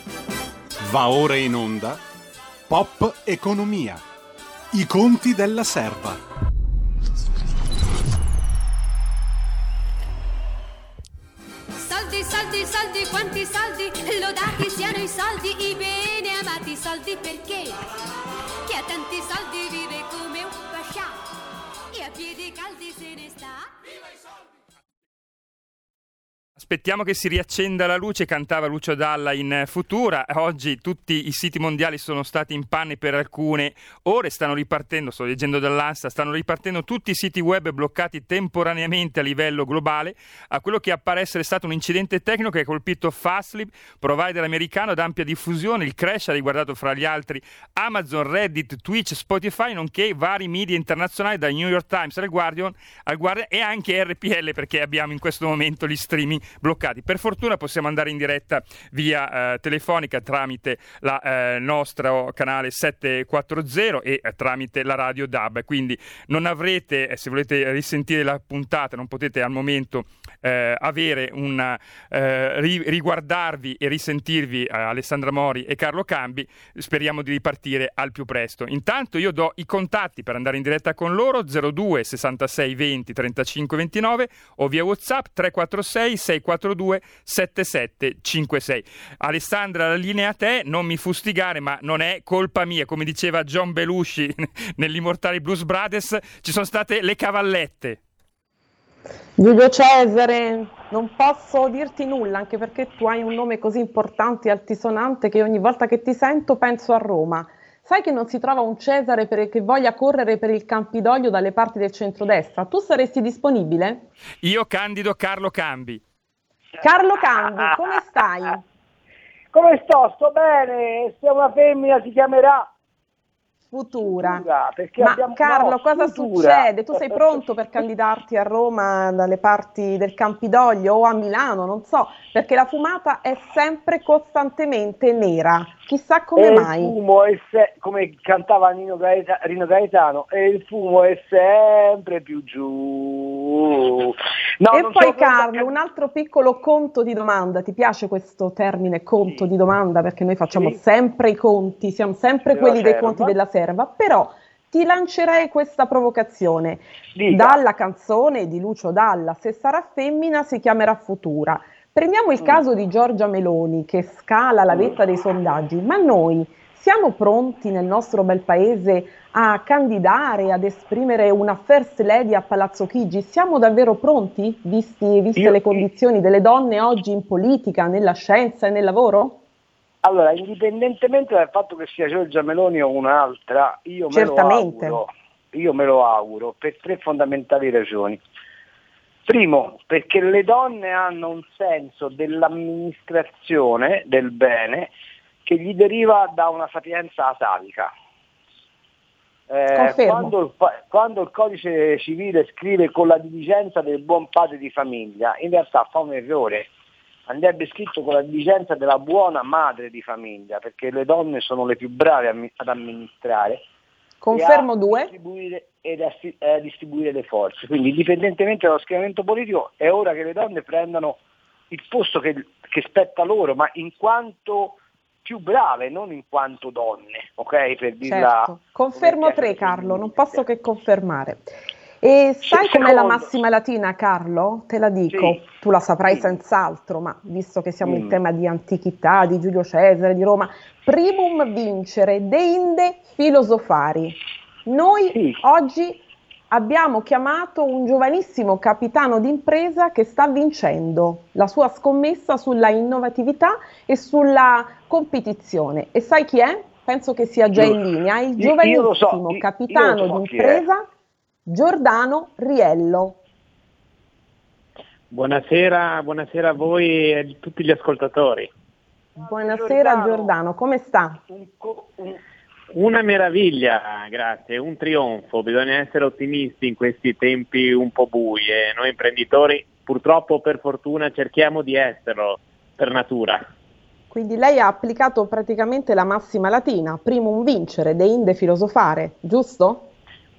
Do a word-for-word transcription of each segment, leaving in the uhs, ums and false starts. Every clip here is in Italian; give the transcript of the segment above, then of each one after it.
Va ora in onda Pop Economia. I conti della serva. Soldi, soldi, soldi, quanti soldi, lodati siano i soldi, i bene amati soldi, perché chi ha tanti soldi vive come un pascià e a piedi caldi se ne sta. Viva i soldi! Aspettiamo che si riaccenda la luce, cantava Lucio Dalla in Futura. Oggi tutti i siti mondiali sono stati in panne per alcune ore, stanno ripartendo, sto leggendo dall'Ansa, stanno ripartendo tutti i siti web bloccati temporaneamente a livello globale a quello che appare essere stato un incidente tecnico che ha colpito Fastly, provider americano ad ampia diffusione. Il crash ha riguardato fra gli altri Amazon, Reddit, Twitch, Spotify, nonché vari media internazionali da New York Times al Guardian, al Guardian e anche R P L, perché abbiamo in questo momento gli streaming bloccati. Per fortuna possiamo andare in diretta via eh, telefonica tramite la eh, nostro canale settecentoquaranta e eh, tramite la radio D A B, quindi non avrete, eh, se volete risentire la puntata, non potete al momento eh, avere una eh, ri- riguardarvi e risentirvi eh, Alessandra Mori e Carlo Cambi. Speriamo di ripartire al più presto. Intanto io do i contatti per andare in diretta con loro: zero due sessantasei venti trentacinque ventinove o via WhatsApp tre quattro sei sei quattro due sette sette cinque sei. Alessandra, la linea a te, non mi fustigare, ma non è colpa mia, come diceva John Belushi negli Immortali Blues Brothers, ci sono state le cavallette. Giulio Cesare, non posso dirti nulla, anche perché tu hai un nome così importante e altisonante che ogni volta che ti sento penso a Roma. Sai che non si trova un Cesare per, che voglia correre per il Campidoglio dalle parti del centrodestra? Tu saresti disponibile? Io candido Carlo Cambi. Carlo Cambi, come stai? Come sto? Sto bene, se una femmina si chiamerà Futura. Futura, perché Ma abbiamo... Carlo, no, cosa Futura. succede? Tu sei pronto per candidarti a Roma dalle parti del Campidoglio o a Milano? Non so, perché la fumata è sempre costantemente nera. Chissà come e mai. Il fumo è se... come cantava Nino Gaeta... Rino Gaetano, e il fumo è sempre più giù. No, e poi Carlo, can... un altro piccolo conto di domanda. Ti piace questo termine conto sì. di domanda? Perché noi facciamo sì. sempre i conti, siamo sempre Della quelli dei serva. conti della serva, però ti lancerei questa provocazione. Dica. Dalla canzone di Lucio Dalla, se sarà femmina si chiamerà Futura. Prendiamo il mm. caso di Giorgia Meloni che scala la vetta mm. dei sondaggi, ma noi siamo pronti nel nostro bel paese a candidare, ad esprimere una first lady a Palazzo Chigi? Siamo davvero pronti, visti, viste io, le condizioni io... delle donne oggi in politica, nella scienza e nel lavoro? Allora, indipendentemente dal fatto che sia Giorgia Meloni o un'altra, io me Certamente. lo auguro, io me lo auguro per tre fondamentali ragioni. Primo, perché le donne hanno un senso dell'amministrazione del bene che gli deriva da una sapienza atavica. Eh, quando, il, quando il codice civile scrive con la diligenza del buon padre di famiglia, in realtà fa un errore. Andrebbe scritto con la diligenza della buona madre di famiglia, perché le donne sono le più brave ad amministrare. Confermo e a due. Distribuire, ed a, a distribuire le forze. Quindi, indipendentemente dallo schieramento politico, è ora che le donne prendano il posto che, che spetta loro, ma in quanto più brave, non in quanto donne, ok? Per dirla. Certo. Confermo tre, Carlo, non posso che confermare. E sai Secondo. com'è la massima latina, Carlo? Te la dico, Sì. tu la saprai sì. senz'altro, ma visto che siamo mm. in tema di antichità, di Giulio Cesare, di Roma, primum vincere, deinde filosofari. Noi sì. oggi abbiamo chiamato un giovanissimo capitano d'impresa che sta vincendo la sua scommessa sulla innovatività e sulla competizione. E sai chi è? Penso che sia già in linea, il io, giovanissimo io so, io, capitano io so d'impresa Giordano Riello. Buonasera, buonasera a voi e a tutti gli ascoltatori. Buonasera Giordano, Giordano come sta? Un, un... Una meraviglia, grazie, un trionfo, bisogna essere ottimisti in questi tempi un po' bui e noi imprenditori purtroppo per fortuna cerchiamo di esserlo per natura. Quindi lei ha applicato praticamente la massima latina, primum vincere, deinde filosofare, giusto?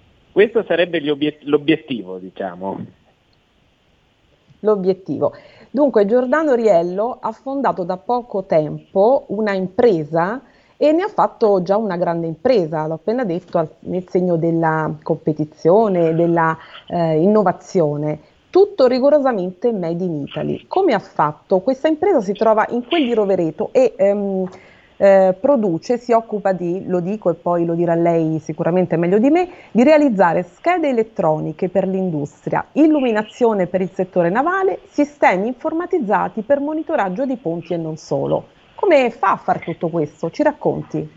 Questo sarebbe l'obiet- l'obiettivo, diciamo. L'obiettivo. Dunque, Giordano Riello ha fondato da poco tempo una impresa e ne ha fatto già una grande impresa, l'ho appena detto, al- nel segno della competizione, della eh, innovazione. Tutto rigorosamente made in Italy. Come ha fatto? Questa impresa si trova in quel di Rovereto e ehm, eh, produce, si occupa di, lo dico e poi lo dirà lei sicuramente meglio di me, di realizzare schede elettroniche per l'industria, illuminazione per il settore navale, sistemi informatizzati per monitoraggio di ponti e non solo. Come fa a fare tutto questo? Ci racconti?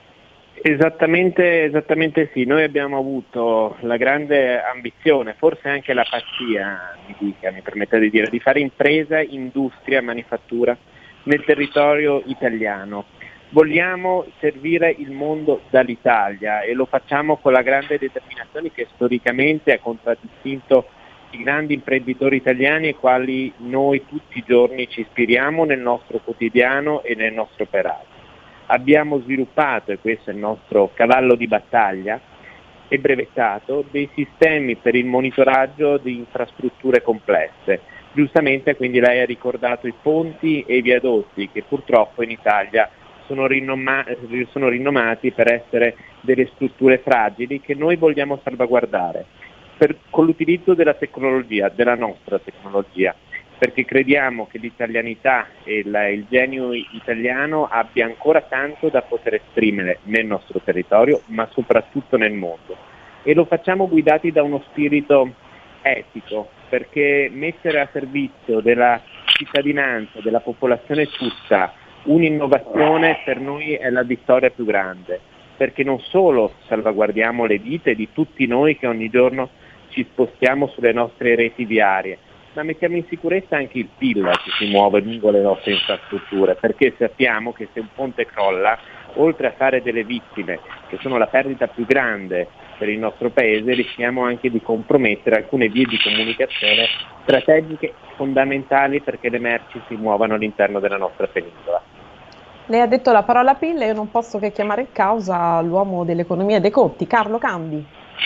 Esattamente, esattamente sì, noi abbiamo avuto la grande ambizione, forse anche la pazzia, mi dica, mi permetta di dire, di fare impresa, industria, manifattura nel territorio italiano. Vogliamo servire il mondo dall'Italia e lo facciamo con la grande determinazione che storicamente ha contraddistinto i grandi imprenditori italiani ai quali noi tutti i giorni ci ispiriamo nel nostro quotidiano e nel nostro operato. Abbiamo sviluppato, e questo è il nostro cavallo di battaglia, e brevettato dei sistemi per il monitoraggio di infrastrutture complesse. Giustamente quindi lei ha ricordato i ponti e i viadotti che purtroppo in Italia sono, rinnoma- sono rinomati per essere delle strutture fragili che noi vogliamo salvaguardare per, con l'utilizzo della tecnologia, della nostra tecnologia, perché crediamo che l'italianità e il, il genio italiano abbia ancora tanto da poter esprimere nel nostro territorio, ma soprattutto nel mondo. E lo facciamo guidati da uno spirito etico, perché mettere a servizio della cittadinanza, della popolazione tutta, un'innovazione per noi è la vittoria più grande, perché non solo salvaguardiamo le vite di tutti noi che ogni giorno ci spostiamo sulle nostre reti viarie, ma mettiamo in sicurezza anche il P I L che si muove lungo le nostre infrastrutture, perché sappiamo che se un ponte crolla, oltre a fare delle vittime, che sono la perdita più grande per il nostro paese, rischiamo anche di compromettere alcune vie di comunicazione strategiche fondamentali perché le merci si muovano all'interno della nostra penisola. Lei ha detto la parola P I L e io non posso che chiamare in causa l'uomo dell'economia e dei conti, Carlo Cambi.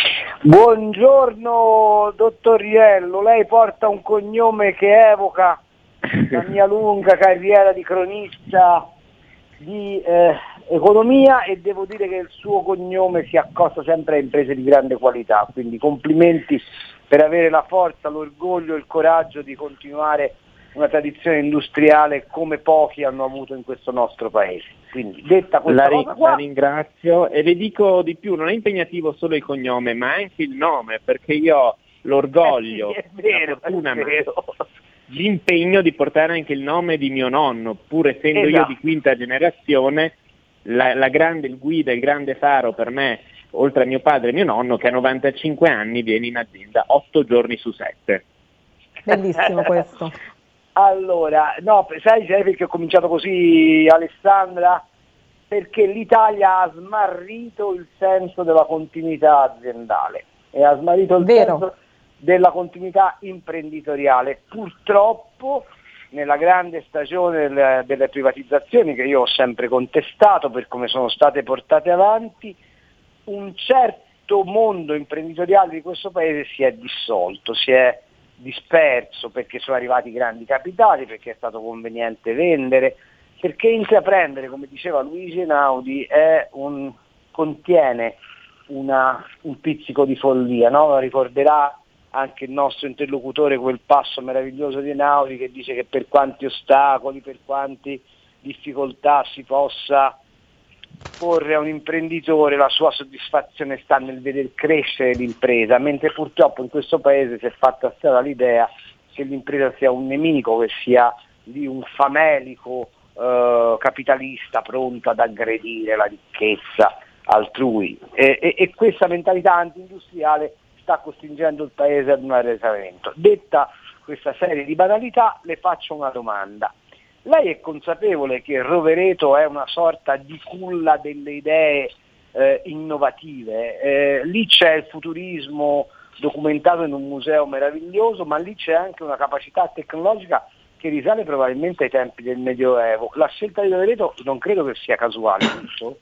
Buongiorno dottor Riello, lei porta un cognome che evoca la mia lunga carriera di cronista di eh, economia e devo dire che il suo cognome si accosta sempre a imprese di grande qualità, quindi complimenti per avere la forza, l'orgoglio e il coraggio di continuare una tradizione industriale come pochi hanno avuto in questo nostro paese. Quindi detta questa la, ri- cosa qua, la ringrazio e le dico di più, non è impegnativo solo il cognome ma anche il nome, perché io ho l'orgoglio, eh sì, è vero, la fortuna, è ma vero. l'impegno di portare anche il nome di mio nonno, pur essendo Esatto. io di quinta generazione, la, la grande il guida, il grande faro per me, oltre a mio padre e mio nonno, che a novantacinque anni viene in azienda otto giorni su sette. Bellissimo questo. Allora, no, sai, sai perché ho cominciato così, Alessandra? Perché l'Italia ha smarrito il senso della continuità aziendale e ha smarrito il Vero. senso della continuità imprenditoriale. Purtroppo nella grande stagione delle, delle privatizzazioni, che io ho sempre contestato per come sono state portate avanti, un certo mondo imprenditoriale di questo paese si è dissolto, si è disperso perché sono arrivati grandi capitali, perché è stato conveniente vendere, perché intraprendere, come diceva Luigi Einaudi, è un, contiene una, un pizzico di follia, no? Ricorderà anche il nostro interlocutore quel passo meraviglioso di Einaudi che dice che per quanti ostacoli, per quanti difficoltà si possa porre a un imprenditore, la sua soddisfazione sta nel vedere crescere l'impresa, mentre purtroppo in questo paese si è fatta strada l'idea che l'impresa sia un nemico, che sia lì un famelico eh, capitalista pronto ad aggredire la ricchezza altrui e, e, e questa mentalità anti-industriale sta costringendo il paese ad un arretramento. Detta questa serie di banalità, le faccio una domanda. Lei è consapevole che Rovereto è una sorta di culla delle idee eh, innovative? Eh, lì c'è il futurismo documentato in un museo meraviglioso, ma lì c'è anche una capacità tecnologica che risale probabilmente ai tempi del Medioevo. La scelta di Rovereto non credo che sia casuale, giusto?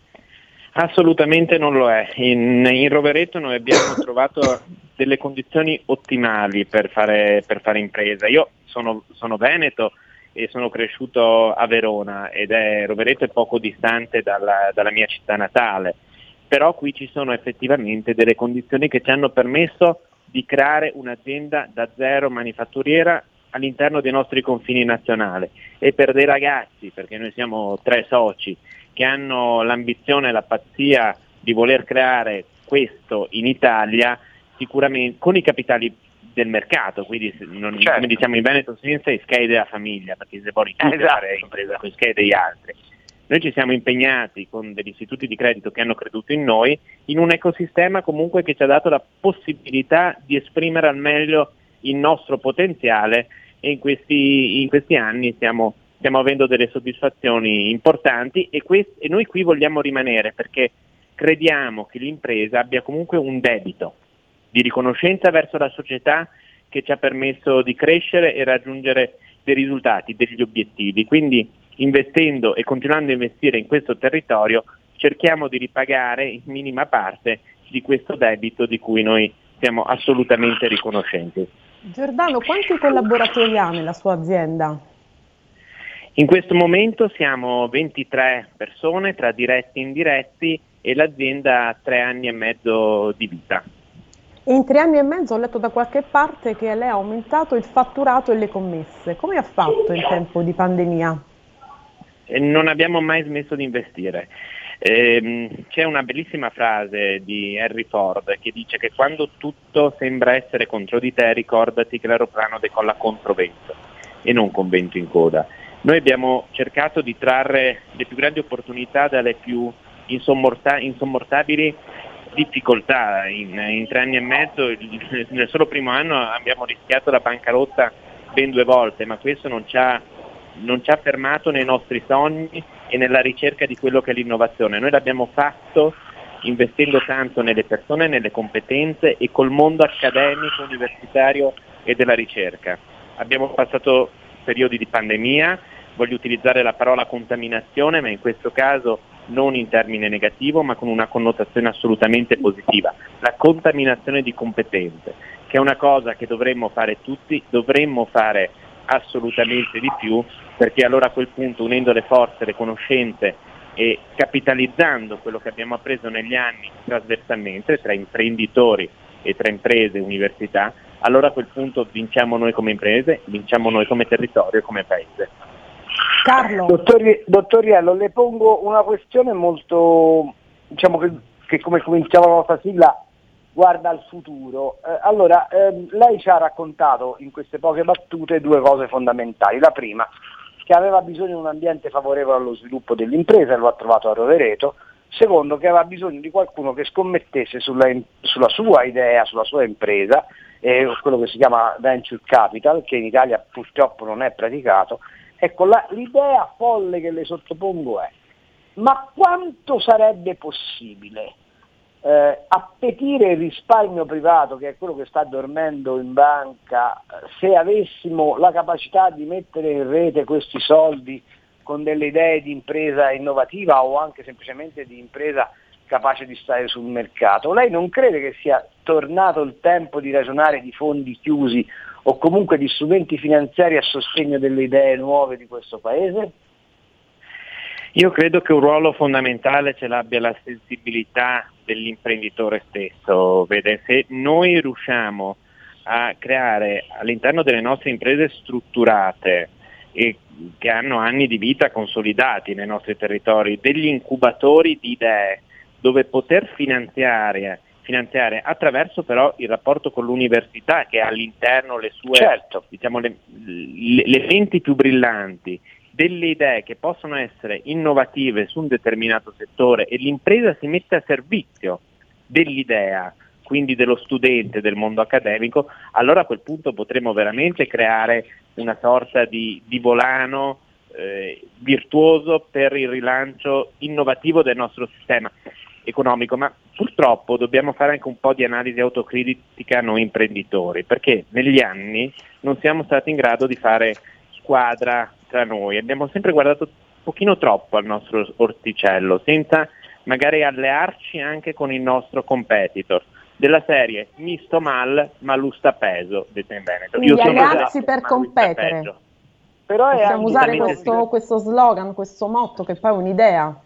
Assolutamente non lo è. In, in Rovereto noi abbiamo trovato delle condizioni ottimali per fare, per fare impresa. Io sono, sono veneto e sono cresciuto a Verona ed è Rovereto è poco distante dalla, dalla mia città natale, però qui ci sono effettivamente delle condizioni che ci hanno permesso di creare un'azienda da zero manifatturiera all'interno dei nostri confini nazionali, e per dei ragazzi, perché noi siamo tre soci, che hanno l'ambizione e la pazzia di voler creare questo in Italia, sicuramente con i capitali del mercato, quindi non, certo. come diciamo in Veneto, senza i schede della famiglia, perché se vuoi chiudere esatto. fare impresa con i schede degli altri. Noi ci siamo impegnati con degli istituti di credito che hanno creduto in noi, in un ecosistema comunque che ci ha dato la possibilità di esprimere al meglio il nostro potenziale, e in questi, in questi anni stiamo, stiamo avendo delle soddisfazioni importanti, e, quest- e noi qui vogliamo rimanere perché crediamo che l'impresa abbia comunque un debito di riconoscenza verso la società che ci ha permesso di crescere e raggiungere dei risultati, degli obiettivi. Quindi investendo e continuando a investire in questo territorio cerchiamo di ripagare in minima parte di questo debito di cui noi siamo assolutamente riconoscenti. Giordano, quanti collaboratori ha nella sua azienda? In questo momento siamo ventitré persone tra diretti e indiretti, e l'azienda ha tre anni e mezzo di vita. In tre anni e mezzo ho letto da qualche parte che lei ha aumentato il fatturato e le commesse. Come ha fatto in tempo di pandemia? E non abbiamo mai smesso di investire. Ehm, c'è una bellissima frase di Henry Ford che dice che quando tutto sembra essere contro di te, ricordati che l'aeroplano decolla contro vento e non con vento in coda. Noi abbiamo cercato di trarre le più grandi opportunità dalle più insommorta- insommortabili difficoltà. In, in tre anni e mezzo, il, nel solo primo anno abbiamo rischiato la bancarotta ben due volte, ma questo non ci ha non ci ha fermato nei nostri sogni e nella ricerca di quello che è l'innovazione. Noi l'abbiamo fatto investendo tanto nelle persone, nelle competenze e col mondo accademico, universitario e della ricerca. Abbiamo passato periodi di pandemia, voglio utilizzare la parola contaminazione, ma in questo caso non in termine negativo, ma con una connotazione assolutamente positiva. La contaminazione di competenze, che è una cosa che dovremmo fare tutti, dovremmo fare assolutamente di più, perché allora a quel punto, unendo le forze, le conoscenze e capitalizzando quello che abbiamo appreso negli anni trasversalmente tra imprenditori e tra imprese e università, allora a quel punto vinciamo noi come imprese, vinciamo noi come territorio e come paese. Carlo. Dottor, dottor Riello, le pongo una questione molto, diciamo che, che come cominciava la nostra sigla, guarda al futuro. Eh, allora, eh, lei ci ha raccontato in queste poche battute due cose fondamentali. La prima, che aveva bisogno di un ambiente favorevole allo sviluppo dell'impresa, e lo ha trovato a Rovereto. Secondo, che aveva bisogno di qualcuno che scommettesse sulla, sulla sua idea, sulla sua impresa, eh, quello che si chiama venture capital, che in Italia purtroppo non è praticato. Ecco, la, l'idea folle che le sottopongo è: ma quanto sarebbe possibile Eh, appetire il risparmio privato, che è quello che sta dormendo in banca, se avessimo la capacità di mettere in rete questi soldi con delle idee di impresa innovativa o anche semplicemente di impresa capace di stare sul mercato? Lei non crede che sia tornato il tempo di ragionare di fondi chiusi o comunque di strumenti finanziari a sostegno delle idee nuove di questo Paese? Io credo che un ruolo fondamentale ce l'abbia la sensibilità dell'imprenditore stesso. Vede, se noi riusciamo a creare all'interno delle nostre imprese strutturate e che hanno anni di vita consolidati nei nostri territori, degli incubatori di idee dove poter finanziare, finanziare attraverso però il rapporto con l'università, che ha all'interno le sue, certo. diciamo, le, le, le menti più brillanti, delle idee che possono essere innovative su un determinato settore, e l'impresa si mette a servizio dell'idea, quindi dello studente, del mondo accademico, allora a quel punto potremo veramente creare una sorta di, di volano eh, virtuoso per il rilancio innovativo del nostro sistema economico. Ma purtroppo dobbiamo fare anche un po' di analisi autocritica noi imprenditori, perché negli anni non siamo stati in grado di fare squadra tra noi, abbiamo sempre guardato un pochino troppo al nostro orticello, senza magari allearci anche con il nostro competitor. della serie mi sto mal ma lui sta peso, detto in Veneto. Quindi Io sono allearsi esatto, per ma lui sta competere. peggio. Però è Possiamo usare assolutamente questo, sì. questo slogan, questo motto, che poi è un'idea.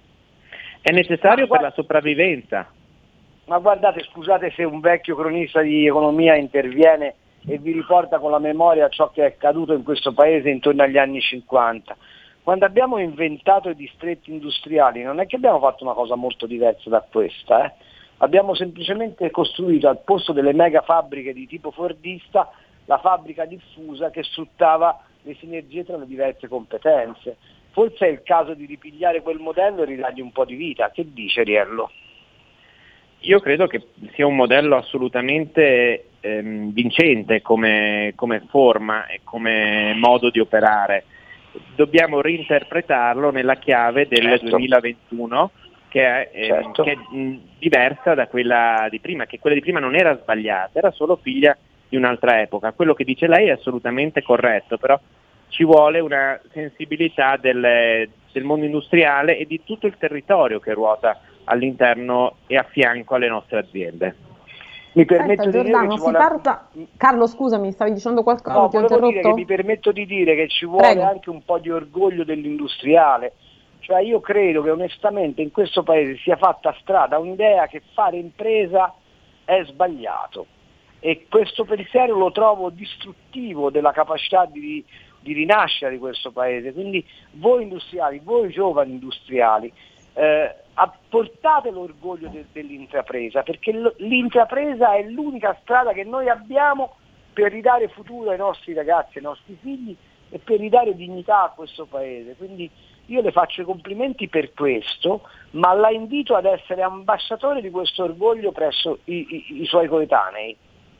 È necessario Ma per guarda- la sopravvivenza. Ma guardate, scusate se un vecchio cronista di economia interviene e vi riporta con la memoria ciò che è accaduto in questo paese intorno agli anni cinquanta. Quando abbiamo inventato i distretti industriali non è che abbiamo fatto una cosa molto diversa da questa, eh? Abbiamo semplicemente costruito al posto delle mega fabbriche di tipo fordista la fabbrica diffusa che sfruttava le sinergie tra le diverse competenze. Forse è il caso di ripigliare quel modello e ridargli un po' di vita. Che dice Riello? Io credo che sia un modello assolutamente ehm, vincente come, come forma e come modo di operare. Dobbiamo reinterpretarlo nella chiave del Certo. duemilaventuno, che è, ehm, Certo. che è mh, diversa da quella di prima, che quella di prima non era sbagliata, era solo figlia di un'altra epoca. Quello che dice lei è assolutamente corretto, però ci vuole una sensibilità del, del mondo industriale e di tutto il territorio che ruota all'interno e a fianco alle nostre aziende. Mi permetto Senta, di dire Giordano, che ci si vuole... parla... Carlo, scusami, stavi dicendo qualcosa? No, Ti ho volevo dire interrotto? che mi permetto di dire che ci vuole Prego. anche un po' di orgoglio dell'industriale. Cioè io credo che onestamente in questo paese sia fatta strada un'idea che fare impresa è sbagliato. E questo pensiero lo trovo distruttivo della capacità di, di rinascere di questo paese. Quindi voi industriali, voi giovani industriali, eh, portate l'orgoglio de, dell'intrapresa, perché l- l'intrapresa è l'unica strada che noi abbiamo per ridare futuro ai nostri ragazzi, ai nostri figli e per ridare dignità a questo paese. Quindi io le faccio i complimenti per questo, ma la invito ad essere ambasciatore di questo orgoglio presso i, i, i suoi coetanei.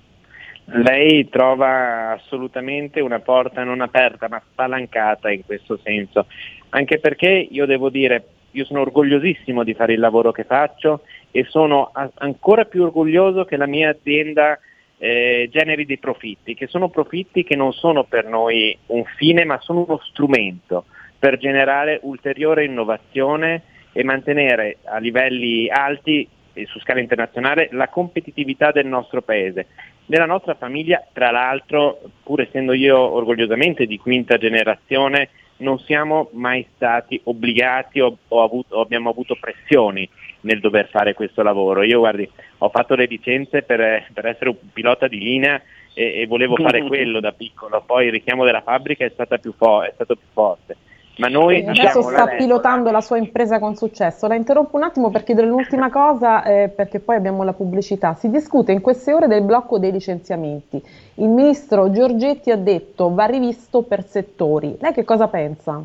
Lei trova assolutamente una porta non aperta ma spalancata in questo senso, anche perché io devo dire, io sono orgogliosissimo di fare il lavoro che faccio e sono a- ancora più orgoglioso che la mia azienda eh, generi dei profitti, che sono profitti che non sono per noi un fine ma sono uno strumento per generare ulteriore innovazione e mantenere a livelli alti e su scala internazionale la competitività del nostro paese. Nella nostra famiglia, tra l'altro, pur essendo io orgogliosamente di quinta generazione, non siamo mai stati obbligati o, o, avuto, o abbiamo avuto pressioni nel dover fare questo lavoro. Io guardi, ho fatto le licenze per, per essere un pilota di linea e, e volevo fare quello da piccolo, poi il richiamo della fabbrica è, stata più fo- è stato più forte. Ma noi E adesso diciamo sta la pilotando regola. la sua impresa con successo. La interrompo un attimo per chiedere l'ultima cosa, eh, perché poi abbiamo la pubblicità. Si discute in queste ore del blocco dei licenziamenti. Il ministro Giorgetti ha detto va rivisto per settori. Lei che cosa pensa?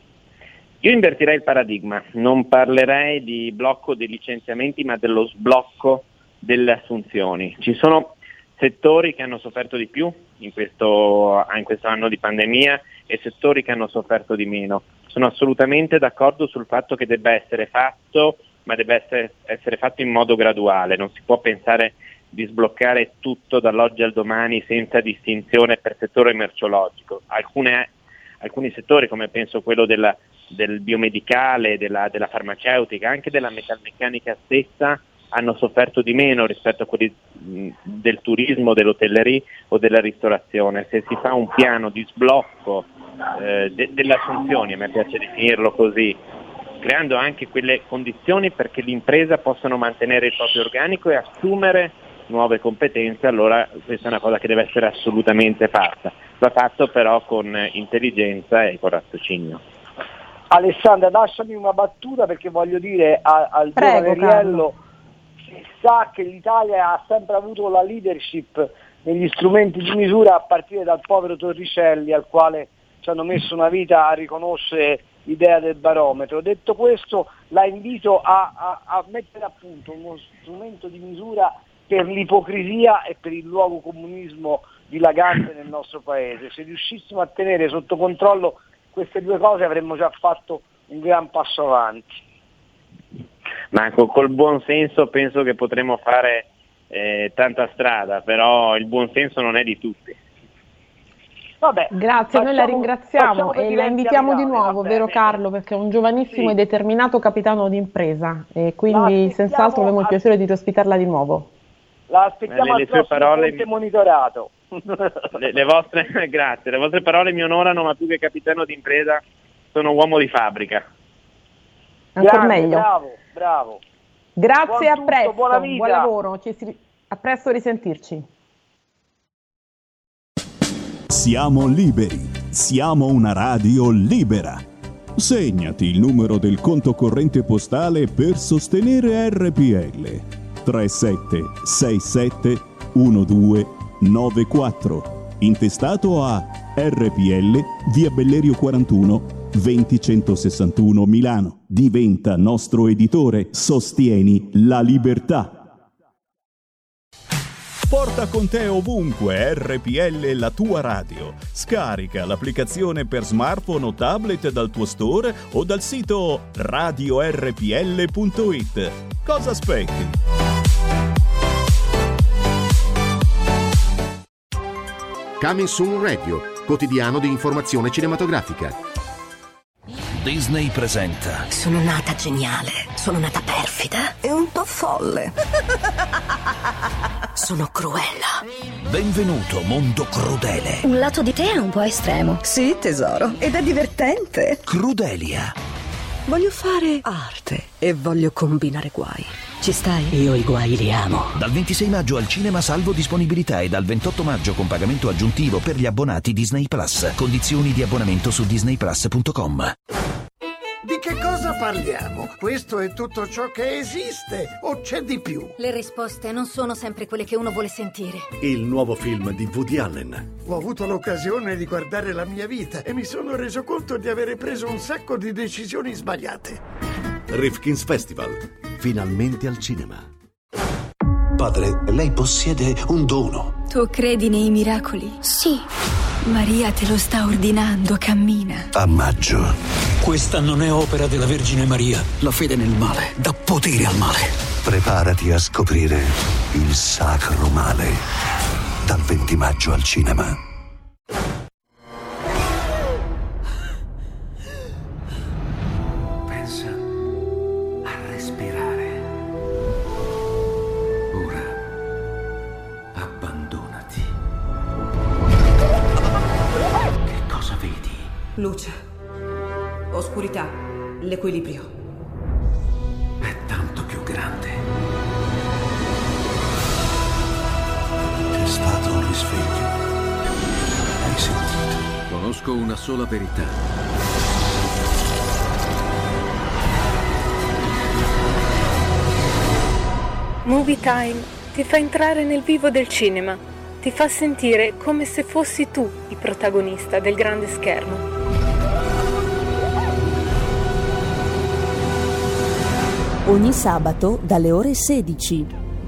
Io invertirei il paradigma, non parlerei di blocco dei licenziamenti ma dello sblocco delle assunzioni. Ci sono settori che hanno sofferto di più in questo, in questo anno di pandemia e settori che hanno sofferto di meno. Sono assolutamente d'accordo sul fatto che debba essere fatto, ma debba essere, essere fatto in modo graduale. Non si può pensare di sbloccare tutto dall'oggi al domani senza distinzione per settore merceologico. Alcune, alcuni settori, come penso quello della, del biomedicale, della, della farmaceutica, anche della metalmeccanica stessa, hanno sofferto di meno rispetto a quelli mh, del turismo, dell'hotellerie o della ristorazione. Se si fa un piano di sblocco eh, de- delle assunzioni, a me piace definirlo così, creando anche quelle condizioni perché l'impresa possano mantenere il proprio organico e assumere nuove competenze, allora questa è una cosa che deve essere assolutamente fatta. Va fatto però con intelligenza e con raziocinio. Alessandra, lasciami una battuta perché voglio dire a- al Prego, giovane Riello, si sa che l'Italia ha sempre avuto la leadership negli strumenti di misura a partire dal povero Torricelli al quale ci hanno messo una vita a riconoscere l'idea del barometro. Detto questo, la invito a, a, a mettere a punto uno strumento di misura per l'ipocrisia e per il luogo comunismo dilagante nel nostro paese. Se riuscissimo a tenere sotto controllo queste due cose avremmo già fatto un gran passo avanti. Ma col buon senso penso che potremo fare eh, tanta strada, però il buon senso non è di tutti. Vabbè, Grazie, noi la facciamo- ringraziamo facciamo che e la diventi invitiamo di amicale, nuovo, va vero bene. Carlo? Perché è un giovanissimo Sì. e determinato capitano d'impresa e quindi La aspettiamo senz'altro avremo il a- piacere di ospitarla di nuovo. La aspettiamo le, le al sue prossimo parole ponte mi... monitorato. le, le vostre, grazie, le vostre parole mi onorano, ma più che capitano d'impresa sono uomo di fabbrica. Ancora Grande, meglio. Bravo, bravo. Grazie, Buon a tutto, presto, buona vita. buon lavoro, ci si... a presto, risentirci. Siamo liberi, siamo una radio libera. Segnati il numero del conto corrente postale per sostenere R P L. tre sette sei sette uno due nove quattro, intestato a R P L, via Bellerio quarantuno, venti centosessantuno Milano. Diventa nostro editore, sostieni la libertà. Porta con te ovunque R P L, la tua radio. Scarica l'applicazione per smartphone o tablet dal tuo store o dal sito radio erre pi elle punto it. Cosa aspetti? Coming Soon Radio, quotidiano di informazione cinematografica. Disney presenta. Sono nata geniale, sono nata perfida e un po' folle. Sono Cruella. Benvenuto mondo crudele. Un lato di te è un po' estremo. Sì, tesoro, ed è divertente. Crudelia. Voglio fare arte e voglio combinare guai. Ci stai? Io i guai li amo. Dal ventisei maggio al cinema salvo disponibilità e dal ventotto maggio con pagamento aggiuntivo per gli abbonati Disney Plus. Condizioni di abbonamento su disney plus punto com. Di che cosa parliamo? Questo è tutto ciò che esiste o c'è di più? Le risposte non sono sempre quelle che uno vuole sentire. Il nuovo film di Woody Allen. Ho avuto l'occasione di guardare la mia vita e mi sono reso conto di avere preso un sacco di decisioni sbagliate. Rifkin's Festival, finalmente al cinema. Padre, lei possiede un dono. Tu credi nei miracoli? Sì. Maria te lo sta ordinando, cammina. A maggio. Questa non è opera della Vergine Maria. La fede nel male dà potere al male. Preparati a scoprire il sacro male. Dal venti maggio al cinema. Pensa a respirare. Ora abbandonati. Che cosa vedi? Luce. Oscurità, l'equilibrio. È tanto più grande. È stato un risveglio. Hai sentito? Conosco una sola verità. Movie Time ti fa entrare nel vivo del cinema. Ti fa sentire come se fossi tu il protagonista del grande schermo. Ogni sabato dalle ore sedici.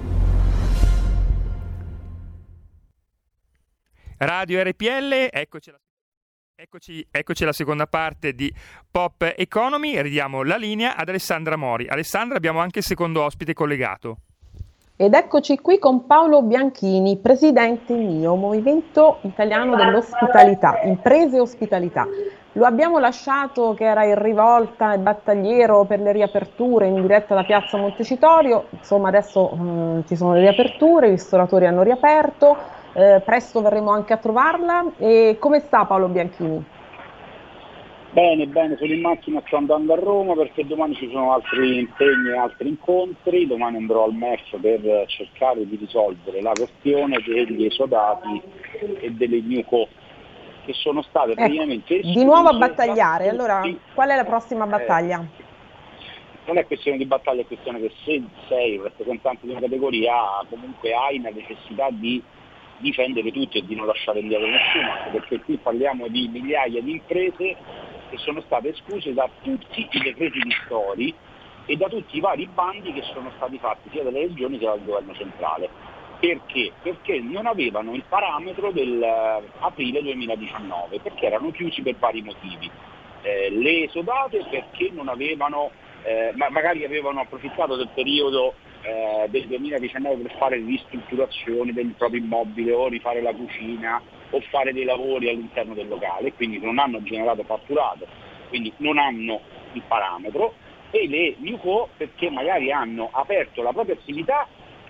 Radio R P L, eccoci la, eccoci, eccoci la seconda parte di Pop Economy. Ridiamo la linea ad Alessandra Mori. Alessandra, abbiamo anche il secondo ospite collegato. Ed eccoci qui con Paolo Bianchini, presidente M I O, Movimento Italiano dell'Ospitalità, Imprese e Ospitalità. Lo abbiamo lasciato che era in rivolta e battagliero per le riaperture in diretta da Piazza Montecitorio, insomma adesso eh, ci sono le riaperture, i ristoratori hanno riaperto, eh, presto verremo anche a trovarla. E come sta Paolo Bianchini? Bene, bene, sono in macchina, sto andando a Roma perché domani ci sono altri impegni e altri incontri, domani andrò al M E F per cercare di risolvere la questione degli esodati e delle new co che sono state ecco, praticamente di nuovo a battagliare. Allora, qual è la prossima battaglia? Eh, non è questione di battaglia, è questione che se sei un rappresentante di una categoria comunque hai la necessità di difendere tutti e di non lasciare indietro nessuno, anche perché qui parliamo di migliaia di imprese che sono state escluse da tutti i decreti ristori e da tutti i vari bandi che sono stati fatti sia dalle regioni sia dal governo centrale. Perché? Perché non avevano il parametro dell'aprile duemiladiciannove, perché erano chiusi per vari motivi. Eh, le esodate perché non avevano, eh, ma magari avevano approfittato del periodo eh, del duemiladiciannove per fare ristrutturazioni del proprio immobile o rifare la cucina o fare dei lavori all'interno del locale, quindi non hanno generato fatturato, quindi non hanno il parametro, e le new co perché magari hanno aperto la propria attività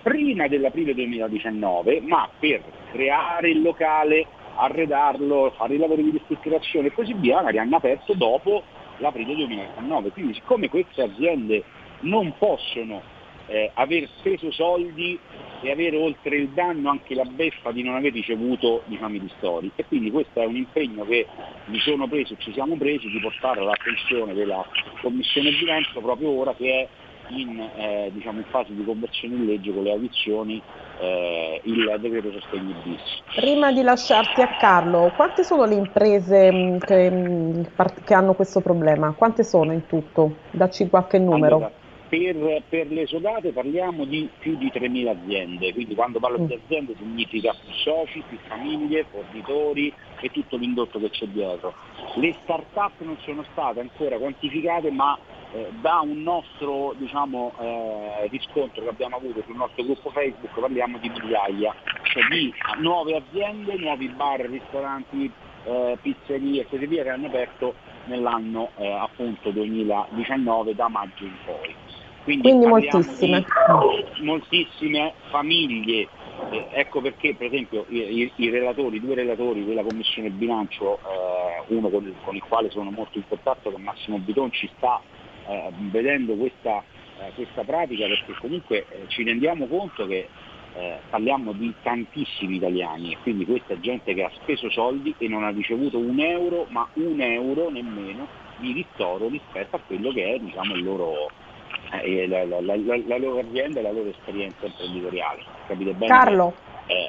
prima dell'aprile duemiladiciannove, ma per creare il locale, arredarlo, fare i lavori di ristrutturazione e così via, magari hanno aperto dopo l'aprile duemiladiciannove. Quindi siccome queste aziende non possono eh, aver speso soldi e avere oltre il danno anche la beffa di non aver ricevuto, diciamo, i ristori, e quindi questo è un impegno che mi sono preso, ci siamo presi, di portare all'attenzione della Commissione Bilancio proprio ora che è in, eh, diciamo, in fase di conversione in legge con le audizioni eh, il decreto sostegni bis. Prima di lasciarti a Carlo, quante sono le imprese mh, che, mh, che hanno questo problema? Quante sono in tutto? Dacci qualche numero. Allora, per, per le esodate parliamo di più di tremila aziende, quindi quando parlo mm. di aziende significa più soci, più famiglie, fornitori e tutto l'indotto che c'è dietro. Le start-up non sono state ancora quantificate, ma eh, da un nostro, diciamo, eh, riscontro che abbiamo avuto sul nostro gruppo Facebook parliamo di migliaia, cioè di nuove aziende, nuovi bar, ristoranti, eh, pizzerie e così via che hanno aperto nell'anno eh, appunto duemiladiciannove, da maggio in poi. Quindi, Quindi moltissime. moltissime famiglie, eh, ecco perché per esempio i, i, i relatori, i due relatori della Commissione Bilancio, eh, uno con il, con il quale sono molto in contatto, che è Massimo Biton, ci sta eh, vedendo questa, eh, questa pratica, perché comunque eh, ci rendiamo conto che eh, parliamo di tantissimi italiani e quindi questa è gente che ha speso soldi e non ha ricevuto un euro, ma un euro nemmeno di ristoro rispetto a quello che è, diciamo, il loro... Eh, la, la, la, la loro azienda e la loro esperienza imprenditoriale. Capite bene? Carlo. Eh.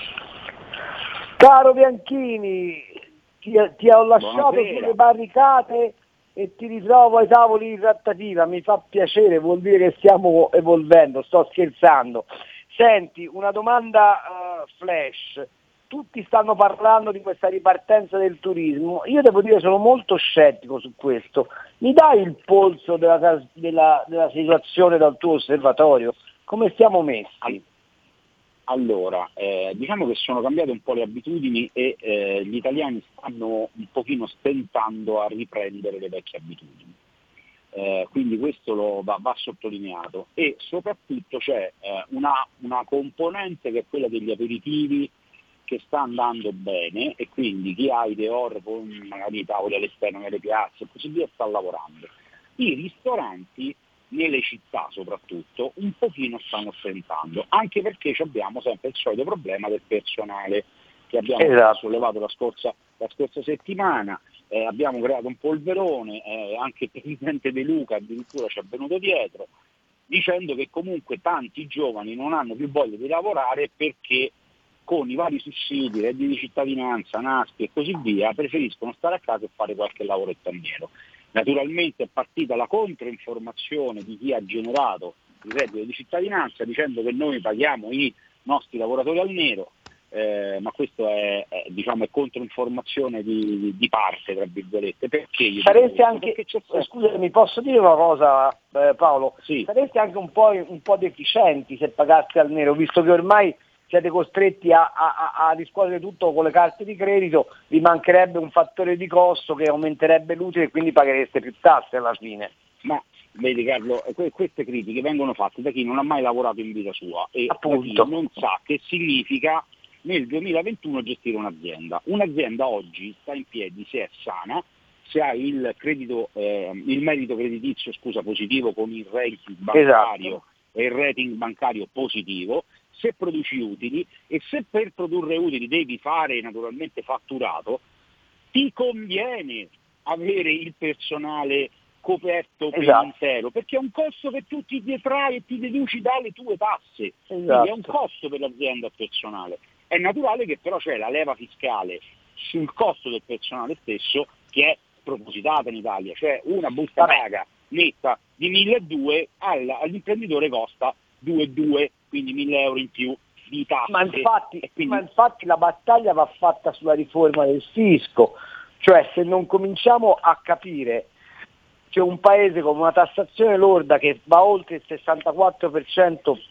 Caro Bianchini, ti, ti ho lasciato Buonasera. sulle barricate e ti ritrovo ai tavoli di trattativa, mi fa piacere, vuol dire che stiamo evolvendo, sto scherzando. Senti, una domanda uh, flash. Tutti stanno parlando di questa ripartenza del turismo, io devo dire sono molto scettico su questo. Mi dai il polso della, della, della situazione dal tuo osservatorio? Come stiamo messi? Allora, eh, diciamo che sono cambiate un po' le abitudini e eh, gli italiani stanno un pochino stentando a riprendere le vecchie abitudini. Eh, quindi questo lo va, va sottolineato, e soprattutto c'è eh, una, una componente che è quella degli aperitivi, che sta andando bene, e quindi chi ha i dehors con magari i tavoli all'esterno nelle piazze e così via sta lavorando. I ristoranti nelle città soprattutto un pochino stanno stentando, anche perché abbiamo sempre il solito problema del personale che abbiamo esatto. sollevato la scorsa, la scorsa settimana, eh, abbiamo creato un polverone, eh, anche il presidente De Luca addirittura ci è venuto dietro, dicendo che comunque tanti giovani non hanno più voglia di lavorare perché con i vari sussidi, redditi di cittadinanza, NASPI e così via, preferiscono stare a casa e fare qualche lavoretto a nero. Naturalmente è partita la controinformazione di chi ha generato il reddito di cittadinanza dicendo che noi paghiamo i nostri lavoratori al nero, eh, ma questo è, è, diciamo, è controinformazione di, di parte, tra virgolette. Perché? Saresti anche, perché scusami, posso dire una cosa, eh, Paolo? Sì. Saresti anche un po', un po' deficienti se pagassi al nero, visto che ormai siete costretti a, a, a riscuotere tutto con le carte di credito, vi mancherebbe un fattore di costo che aumenterebbe l'utile e quindi paghereste più tasse alla fine. Ma vedi Carlo, queste critiche vengono fatte da chi non ha mai lavorato in vita sua e Appunto. da chi non sa che significa nel duemilaventuno gestire un'azienda. Un'azienda oggi sta in piedi se è sana, se ha il credito, eh, il merito creditizio scusa, positivo con il ranking bancario esatto. e il rating bancario positivo, se produci utili, e se per produrre utili devi fare naturalmente fatturato, ti conviene avere il personale coperto per esatto. intero, perché è un costo che tu ti detrai e ti deduci dalle tue tasse, esatto. quindi è un costo per l'azienda il personale. È naturale che però c'è la leva fiscale sul costo del personale stesso che è propositata in Italia, cioè una busta paga netta di milleduecento all'imprenditore costa duemiladuecento, quindi mille euro in più di tasse. Ma infatti, quindi... ma infatti la battaglia va fatta sulla riforma del fisco, cioè se non cominciamo a capire che un paese con una tassazione lorda che va oltre il sessantaquattro per cento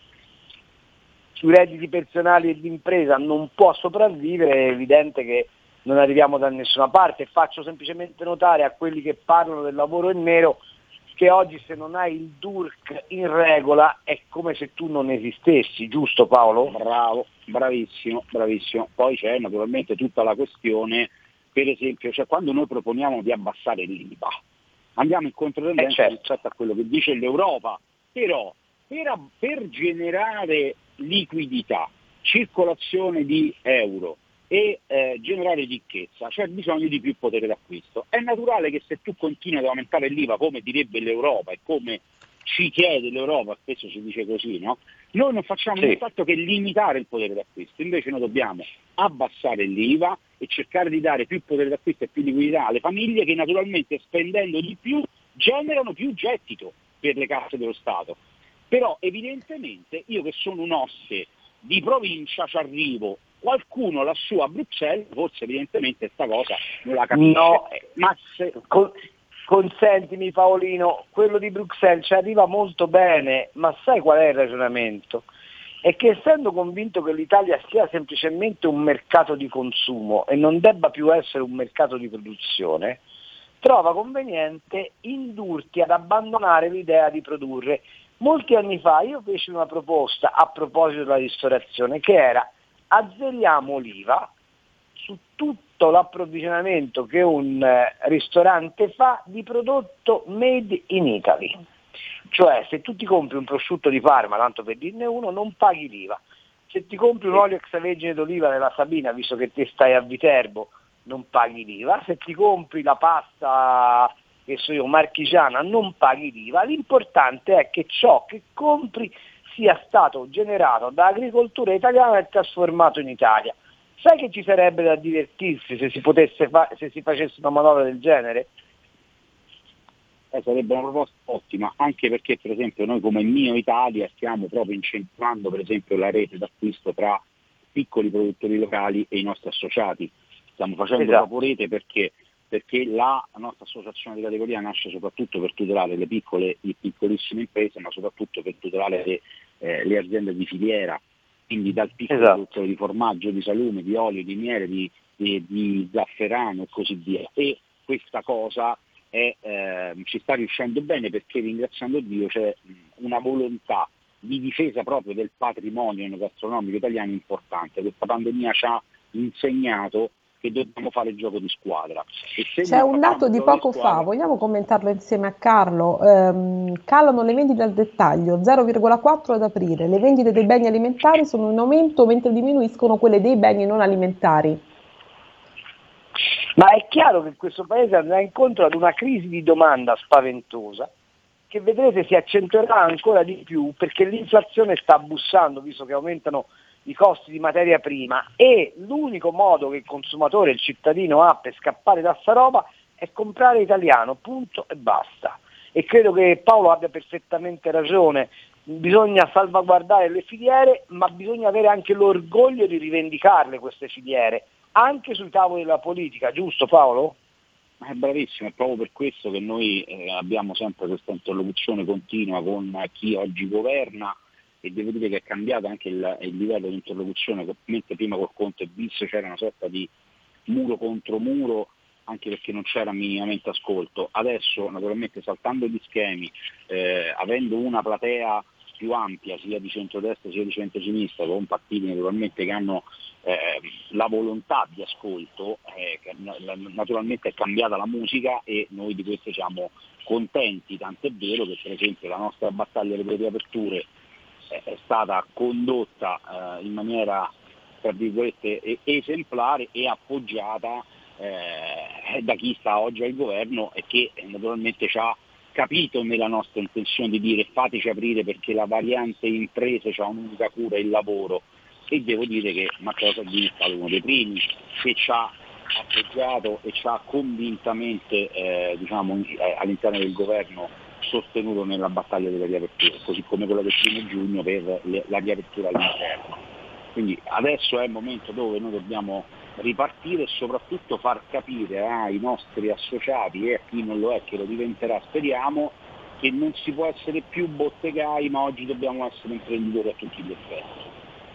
sui redditi personali e di impresa non può sopravvivere, è evidente che non arriviamo da nessuna parte. Faccio semplicemente notare a quelli che parlano del lavoro in nero che oggi se non hai il D U R C in regola è come se tu non esistessi, giusto Paolo? Bravo, bravissimo, bravissimo. Poi c'è naturalmente tutta la questione, per esempio, cioè quando noi proponiamo di abbassare l'I V A, andiamo in controtendenza eh certo. rispetto a quello che dice l'Europa, però per, per generare liquidità, circolazione di euro e eh, generare ricchezza c'è bisogno di più potere d'acquisto. È naturale che se tu continui ad aumentare l'I V A come direbbe l'Europa e come ci chiede l'Europa, spesso si dice così, no? Noi non facciamo sì. nient'altro che limitare il potere d'acquisto, invece noi dobbiamo abbassare l'I V A e cercare di dare più potere d'acquisto e più liquidità alle famiglie che naturalmente spendendo di più generano più gettito per le casse dello Stato. Però evidentemente io che sono un osse di provincia ci arrivo, qualcuno lassù a Bruxelles forse evidentemente sta cosa non la capisce. No, ma se... con, consentimi Paolino, quello di Bruxelles ci arriva molto bene, ma sai qual è il ragionamento? È che essendo convinto che l'Italia sia semplicemente un mercato di consumo e non debba più essere un mercato di produzione, trova conveniente indurti ad abbandonare l'idea di produrre. Molti anni fa io feci una proposta a proposito della ristorazione che era: azzeriamo l'I V A su tutto l'approvvigionamento che un eh, ristorante fa di prodotto made in Italy. Cioè se tu ti compri un prosciutto di Parma, tanto per dirne uno, non paghi l'I V A. Se ti compri un olio extravergine d'oliva nella Sabina, visto che te stai a Viterbo, non paghi l'I V A. Se ti compri la pasta, che so io, marchigiana, non paghi l'I V A. L'importante è che ciò che compri sia stato generato da agricoltura italiana e trasformato in Italia. Sai che ci sarebbe da divertirsi se si potesse fa- se si facesse una manovra del genere? Eh, sarebbe una proposta ottima, anche perché per esempio noi come Mio Italia stiamo proprio incentivando per esempio la rete d'acquisto tra piccoli produttori locali e i nostri associati. Stiamo facendo esatto. proprio rete perché perché la nostra associazione di categoria nasce soprattutto per tutelare le piccole e piccolissime imprese, ma soprattutto per tutelare le, eh, le aziende di filiera, quindi dal piccolo esatto. produttore di formaggio, di salume, di olio, di miele, di, di, di zafferano e così via. E questa cosa è, eh, ci sta riuscendo bene perché, ringraziando Dio, c'è una volontà di difesa proprio del patrimonio gastronomico italiano importante. Questa pandemia ci ha insegnato che dobbiamo fare il gioco di squadra. E se c'è un dato di poco di fa, vogliamo commentarlo insieme a Carlo. Ehm, calano le vendite al dettaglio, zero virgola quattro ad aprile. Le vendite dei beni alimentari sono in aumento mentre diminuiscono quelle dei beni non alimentari. Ma è chiaro che questo paese andrà incontro ad una crisi di domanda spaventosa che vedrete si accentuerà ancora di più perché l'inflazione sta bussando, visto che aumentano i costi di materia prima, e l'unico modo che il consumatore, il cittadino ha per scappare da sta roba è comprare italiano, punto e basta. E credo che Paolo abbia perfettamente ragione, bisogna salvaguardare le filiere, ma bisogna avere anche l'orgoglio di rivendicarle queste filiere, anche sui tavoli della politica, giusto Paolo? È bravissimo, è proprio per questo che noi eh, abbiamo sempre questa interlocuzione continua con chi oggi governa, e devo dire che è cambiato anche il, il livello di interlocuzione, mentre prima col Conte bis c'era una sorta di muro contro muro, anche perché non c'era minimamente ascolto. Adesso naturalmente saltando gli schemi, eh, avendo una platea più ampia sia di centrodestra sia di centrosinistra, con partiti naturalmente che hanno eh, la volontà di ascolto, eh, naturalmente è cambiata la musica e noi di questo siamo contenti, tant'è vero che per esempio la nostra battaglia per le riaperture è stata condotta eh, in maniera tra virgolette esemplare e appoggiata eh, da chi sta oggi al governo e che eh, naturalmente ci ha capito nella nostra intenzione di dire fateci aprire perché la variante imprese c'ha un'unica cura, il lavoro, e devo dire che Matteo Salvini è stato uno dei primi che ci ha appoggiato e ci ha convintamente eh, diciamo, all'interno del governo sostenuto nella battaglia delle riaperture, così come quella del primo giugno per le, la riapertura all'interno. Quindi adesso è il momento dove noi dobbiamo ripartire e soprattutto far capire ai nostri associati e a chi non lo è, che lo diventerà speriamo, che non si può essere più bottegai, ma oggi dobbiamo essere imprenditori a tutti gli effetti.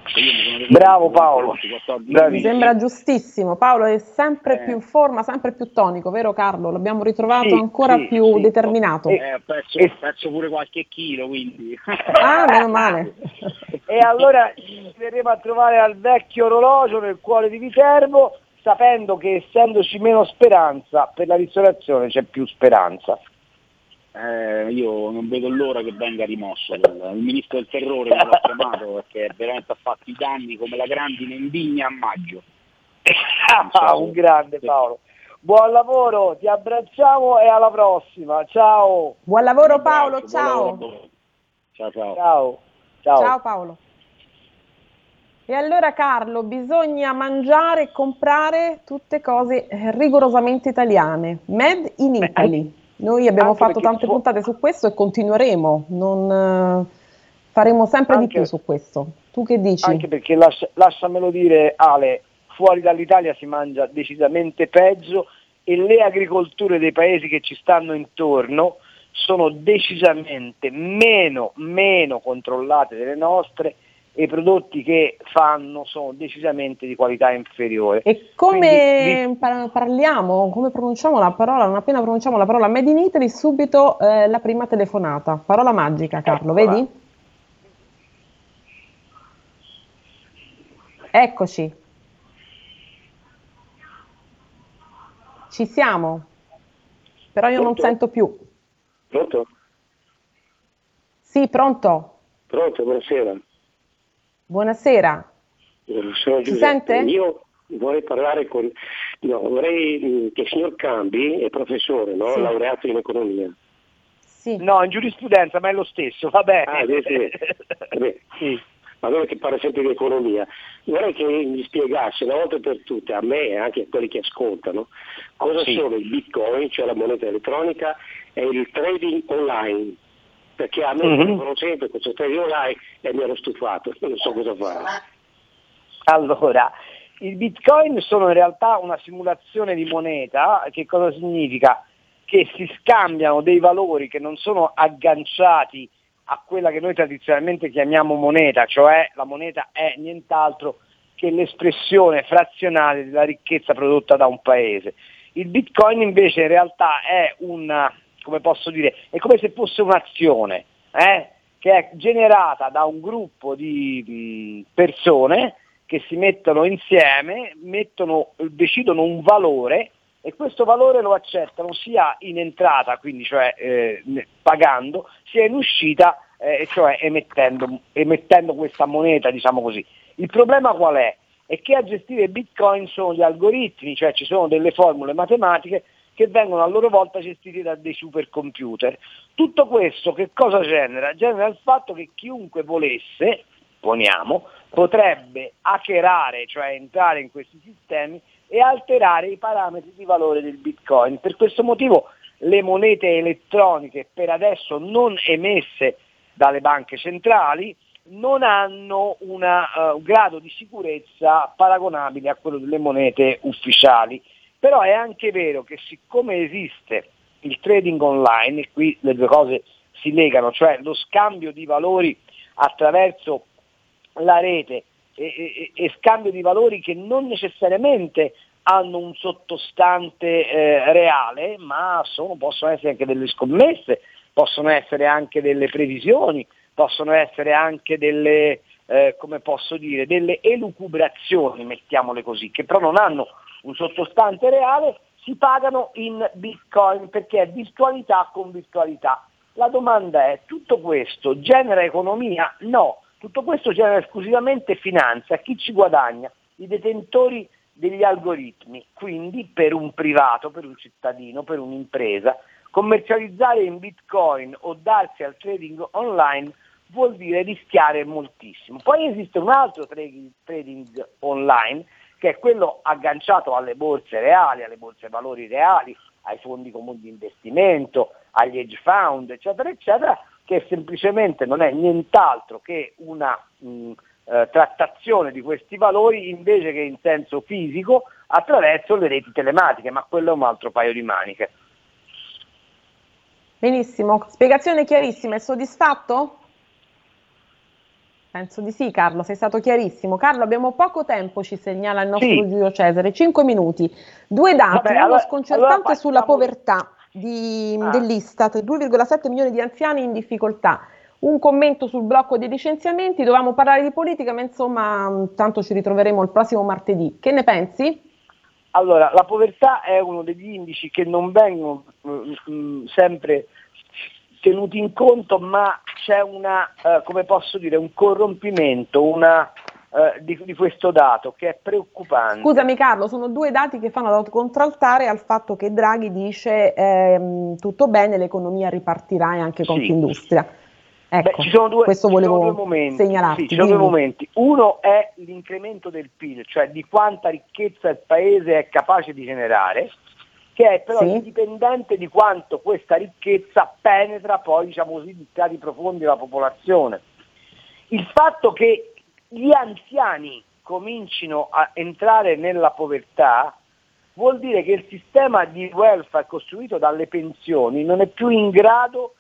Bravo Paolo, mi sembra giustissimo. Paolo è sempre eh. più in forma, sempre più tonico, vero Carlo? L'abbiamo ritrovato sì, ancora sì, più sì. determinato. Eh, ho perso, ho perso pure qualche chilo, quindi. Ah, meno male. E allora ci verremo a trovare al vecchio orologio nel cuore di Viterbo, sapendo che essendoci meno speranza, per la ristorazione c'è più speranza. Eh, io non vedo l'ora che venga rimosso il, il ministro del terrore, che l'ho chiamato, perché veramente ha fatto i danni come la grandine in vigna a maggio. Ah, un grande Paolo. Buon lavoro, ti abbracciamo e alla prossima. Ciao. Buon lavoro Paolo, abbraccio, ciao. Buon lavoro. Ciao, ciao. Ciao. Ciao. Ciao Paolo. E allora Carlo, bisogna mangiare e comprare tutte cose rigorosamente italiane, made in Italy. Noi abbiamo Anche fatto tante può... puntate su questo e continueremo, non, uh, faremo sempre Anche... di più su questo. Tu che dici? Anche perché, lascia, lasciamelo dire Ale, fuori dall'Italia si mangia decisamente peggio e le agricolture dei paesi che ci stanno intorno sono decisamente meno, meno controllate delle nostre e i prodotti che fanno sono decisamente di qualità inferiore. E come Quindi, par- parliamo, come pronunciamo la parola, non appena pronunciamo la parola Made in Italy, subito eh, la prima telefonata. Parola magica, Carlo, eccola. Vedi? Eccoci. Ci siamo. Però io Pronto? non sento più. Pronto? Sì, pronto. Pronto, buonasera. Buonasera. Sono Giuseppe. Si sente? Io vorrei parlare con... No, vorrei che il signor Cambi è professore, no? Sì. Laureato in economia. Sì. No, in giurisprudenza, ma è lo stesso, va bene. Ah, sì, sì. Vabbè. Sì. Ma non è che parla sempre di economia. Vorrei che mi spiegasse una volta per tutte, a me e anche a quelli che ascoltano, cosa sì. sono il bitcoin, cioè la moneta elettronica, e il trading online. Perché a me mm-hmm. dicono sempre questo trading online e mi ero stufato, non so cosa fare. Allora, i bitcoin sono in realtà una simulazione di moneta. Che cosa significa? Che si scambiano dei valori che non sono agganciati a quella che noi tradizionalmente chiamiamo moneta, cioè la moneta è nient'altro che l'espressione frazionale della ricchezza prodotta da un paese. Il bitcoin invece in realtà è una, come posso dire, è come se fosse un'azione eh, che è generata da un gruppo di mh, persone che si mettono insieme, mettono, decidono un valore e questo valore lo accettano sia in entrata, quindi cioè eh, pagando, sia in uscita, eh, cioè emettendo, emettendo questa moneta, diciamo così. Il problema qual è? È che a gestire Bitcoin sono gli algoritmi, cioè ci sono delle formule matematiche che vengono a loro volta gestite da dei supercomputer. Tutto questo che cosa genera? Genera il fatto che chiunque volesse, poniamo, potrebbe hackerare, cioè entrare in questi sistemi e alterare i parametri di valore del Bitcoin. Per questo motivo le monete elettroniche, per adesso non emesse dalle banche centrali, non hanno una, uh, un grado di sicurezza paragonabile a quello delle monete ufficiali. Però è anche vero che siccome esiste il trading online, e qui le due cose si legano, cioè lo scambio di valori attraverso la rete e, e, e scambio di valori che non necessariamente hanno un sottostante eh, reale, ma sono, possono essere anche delle scommesse, possono essere anche delle previsioni, possono essere anche delle, eh, come posso dire, delle elucubrazioni, mettiamole così, che però non hanno un sottostante reale, si pagano in Bitcoin perché è virtualità con virtualità. La domanda è, tutto questo genera economia? No. Tutto questo genera esclusivamente finanza. Chi ci guadagna? I detentori degli algoritmi. Quindi per un privato, per un cittadino, per un'impresa, commercializzare in Bitcoin o darsi al trading online vuol dire rischiare moltissimo. Poi esiste un altro trading, trading online che è quello agganciato alle borse reali, alle borse valori reali, ai fondi comuni di investimento, agli hedge fund, eccetera, eccetera, che semplicemente non è nient'altro che una mh, eh, trattazione di questi valori invece che in senso fisico attraverso le reti telematiche, ma quello è un altro paio di maniche. Benissimo, spiegazione chiarissima, è soddisfatto? Penso di sì, Carlo, sei stato chiarissimo. Carlo, abbiamo poco tempo, ci segnala il nostro Sì. Giulio Cesare, cinque minuti. Due dati, Vabbè, uno allora- sconcertante allora sulla partiamo- povertà di- Ah. dell'Istat, due virgola sette milioni di anziani in difficoltà. Un commento sul blocco dei licenziamenti, dovevamo parlare di politica, ma insomma, mh, tanto ci ritroveremo il prossimo martedì. Che ne pensi? Allora, la povertà è uno degli indici che non vengono mh, mh, sempre tenuti in conto, ma c'è una, eh, come posso dire, un corrompimento una, eh, di, di questo dato che è preoccupante. Scusami Carlo, sono due dati che fanno da contraltare al fatto che Draghi dice ehm, tutto bene, l'economia ripartirà e anche Confindustria. Ecco, Beh, ci sono due, questo ci sono volevo due momenti. segnalarti. Sì, ci sono due dimmi. momenti. Uno è l'incremento del P I L, cioè di quanta ricchezza il paese è capace di generare, che è però Sì. indipendente di quanto questa ricchezza penetra poi, diciamo così, di strati profondi della popolazione. Il fatto che gli anziani comincino a entrare nella povertà vuol dire che il sistema di welfare costruito dalle pensioni non è più in grado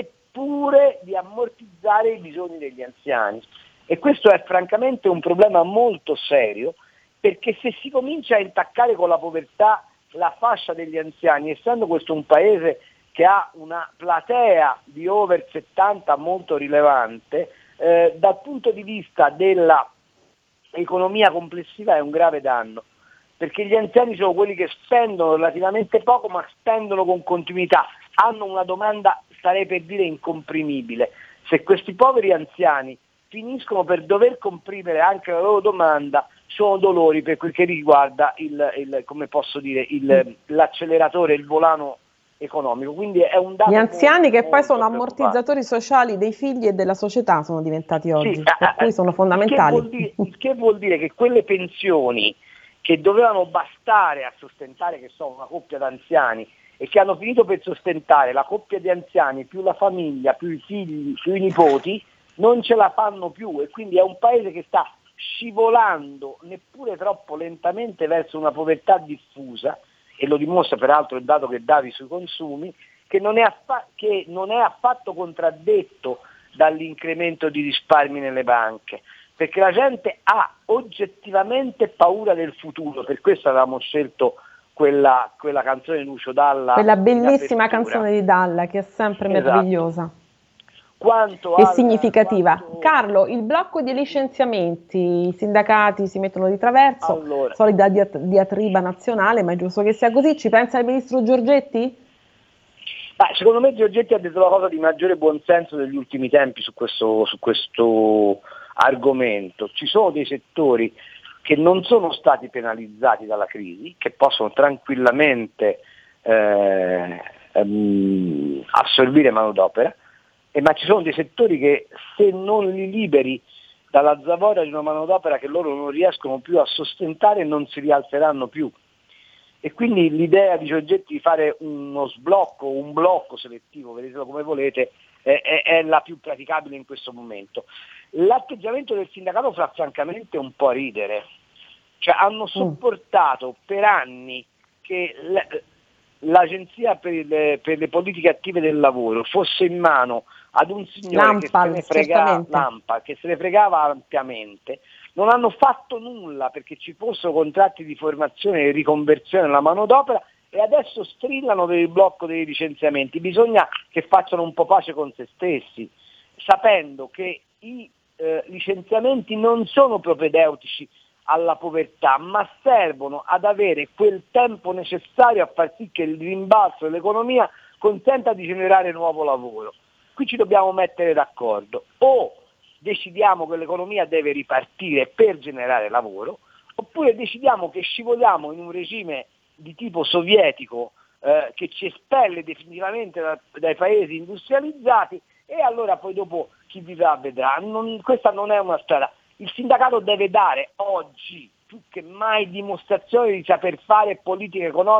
neppure di ammortizzare i bisogni degli anziani. E questo è francamente un problema molto serio, perché se si comincia a intaccare con la povertà la fascia degli anziani, essendo questo un paese che ha una platea di over settanta molto rilevante, eh, dal punto di vista dell'economia complessiva è un grave danno, perché gli anziani sono quelli che spendono relativamente poco ma spendono con continuità, hanno una domanda, starei per dire, incomprimibile. Se questi poveri anziani finiscono per dover comprimere anche la loro domanda, sono dolori per quel che riguarda il, il come posso dire, il, l'acceleratore, il volano economico. Quindi è un dato Gli anziani molto, che poi molto sono preoccupante. ammortizzatori sociali dei figli e della società sono diventati oggi, Sì, per cui sono fondamentali. Il che, vuol dire, il che vuol dire che quelle pensioni che dovevano bastare a sostentare, che so, una coppia d'anziani, e che hanno finito per sostentare la coppia di anziani più la famiglia, più i figli, più i nipoti, non ce la fanno più, e quindi è un paese che sta scivolando neppure troppo lentamente verso una povertà diffusa, e lo dimostra peraltro il dato che davi sui consumi, che non è, affa- che non è affatto contraddetto dall'incremento di risparmi nelle banche, perché la gente ha oggettivamente paura del futuro. Per questo avevamo scelto quella, quella canzone di Lucio Dalla, Quella in bellissima apertura. canzone di Dalla, che è sempre Esatto. meravigliosa Quanto e al- significativa. quanto- Carlo, il blocco dei licenziamenti, i sindacati si mettono di traverso, Allora. solida diat- diatriba nazionale, ma è giusto che sia così. Ci pensa il ministro Giorgetti? Ma secondo me Giorgetti ha detto la cosa di maggiore buonsenso degli ultimi tempi su questo, su questo argomento. Ci sono dei settori che non sono stati penalizzati dalla crisi, che possono tranquillamente eh, ehm, assorbire manodopera, e ma ci sono dei settori che, se non li liberi dalla zavorra di una manodopera che loro non riescono più a sostentare, non si rialzeranno più. E quindi l'idea di Giorgetti di fare uno sblocco, un blocco selettivo, vedetelo come volete, è, è, è la più praticabile in questo momento. L'atteggiamento del sindacato fa francamente un po' ridere, cioè hanno sopportato per anni che l- l'Agenzia per le, per le politiche attive del lavoro fosse in mano ad un signore L'Ampal, che se ne fregava, certamente. l'Ampal, che se ne fregava ampiamente. Non hanno fatto nulla perché ci fossero contratti di formazione e riconversione della manodopera, e adesso strillano per il blocco dei licenziamenti. Bisogna che facciano un po' pace con se stessi, sapendo che i eh, licenziamenti non sono propedeutici alla povertà, ma servono ad avere quel tempo necessario a far sì che il rimbalzo dell'economia consenta di generare nuovo lavoro. Qui ci dobbiamo mettere d'accordo: o decidiamo che l'economia deve ripartire per generare lavoro, oppure decidiamo che scivoliamo in un regime di tipo sovietico eh, che ci espelle definitivamente da, dai paesi industrializzati, e allora poi dopo chi vivrà vedrà. Non, questa non è una strada. Il sindacato deve dare oggi più che mai dimostrazione di saper fare politica economica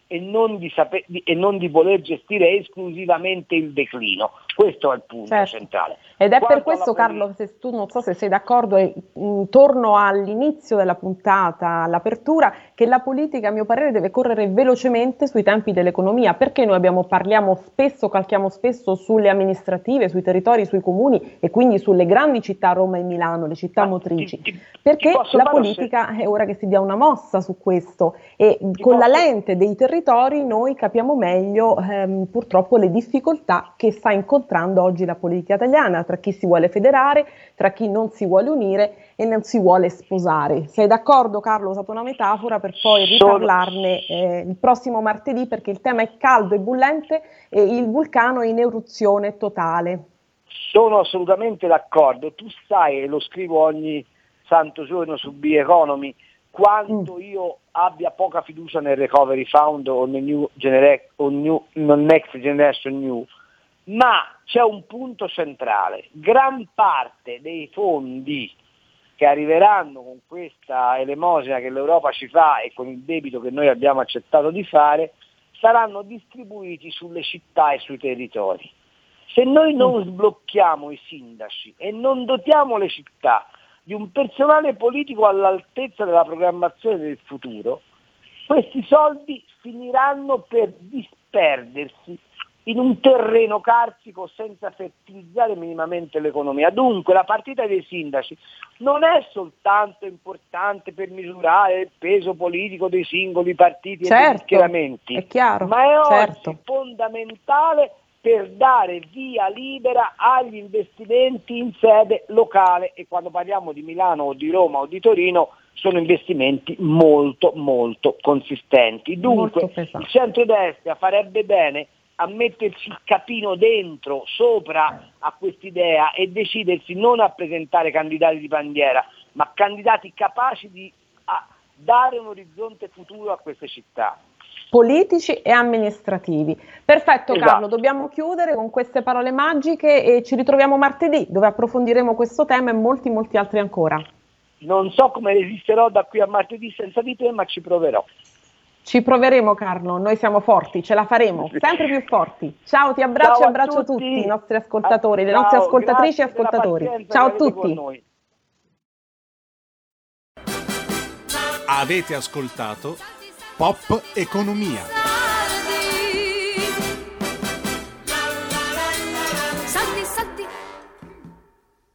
e non di, saper, di, e non di voler gestire esclusivamente il declino. Questo è il punto certo. centrale. Ed è Quanto per questo, politica... Carlo, se tu non so se sei d'accordo, e torno all'inizio della puntata, all'apertura, che la politica, a mio parere, deve correre velocemente sui tempi dell'economia, perché noi abbiamo, parliamo spesso, calchiamo spesso sulle amministrative, sui territori, sui comuni e quindi sulle grandi città, Roma e Milano, le città Ma motrici, ti, ti, perché ti la politica se... è ora che si dia una mossa su questo e ti con posso... la lente dei territori noi capiamo meglio ehm, purtroppo le difficoltà che sta incontrando oggi la politica italiana, tra chi si vuole federare, tra chi non si vuole unire e non si vuole sposare. Sei d'accordo, Carlo? Ho usato una metafora per poi riparlarne eh, il prossimo martedì, perché il tema è caldo e bollente e il vulcano è in eruzione totale. Sono assolutamente d'accordo. Tu sai, e lo scrivo ogni santo giorno su Be Economy, quanto mm. io abbia poca fiducia nel Recovery Fund o nel new genera- o new, nel Next Generation New, ma c'è un punto centrale: gran parte dei fondi che arriveranno con questa elemosina che l'Europa ci fa e con il debito che noi abbiamo accettato di fare saranno distribuiti sulle città e sui territori. Se noi non sblocchiamo i sindaci e non dotiamo le città di un personale politico all'altezza della programmazione del futuro, questi soldi finiranno per disperdersi in un terreno carsico senza fertilizzare minimamente l'economia. Dunque la partita dei sindaci non è soltanto importante per misurare il peso politico dei singoli partiti certo, e degli schieramenti, è chiaro, ma è certo. oggi fondamentale per dare via libera agli investimenti in sede locale, e quando parliamo di Milano o di Roma o di Torino sono investimenti molto molto consistenti. Dunque il centrodestra farebbe bene a metterci il capino dentro, sopra a quest'idea e decidersi non a presentare candidati di bandiera, ma candidati capaci di a dare un orizzonte futuro a queste città. Politici e amministrativi. Perfetto, esatto. Carlo, dobbiamo chiudere con queste parole magiche e ci ritroviamo martedì, dove approfondiremo questo tema e molti molti altri ancora. Non so come resisterò da qui a martedì senza di te, ma ci proverò. Ci proveremo, Carlo, noi siamo forti, ce la faremo, sempre più forti. Ciao, ti abbraccio e abbraccio tutti. tutti i nostri ascoltatori, ah, le nostre ascoltatrici e ascoltatori. Ciao a tutti. Avete ascoltato Pop Economia.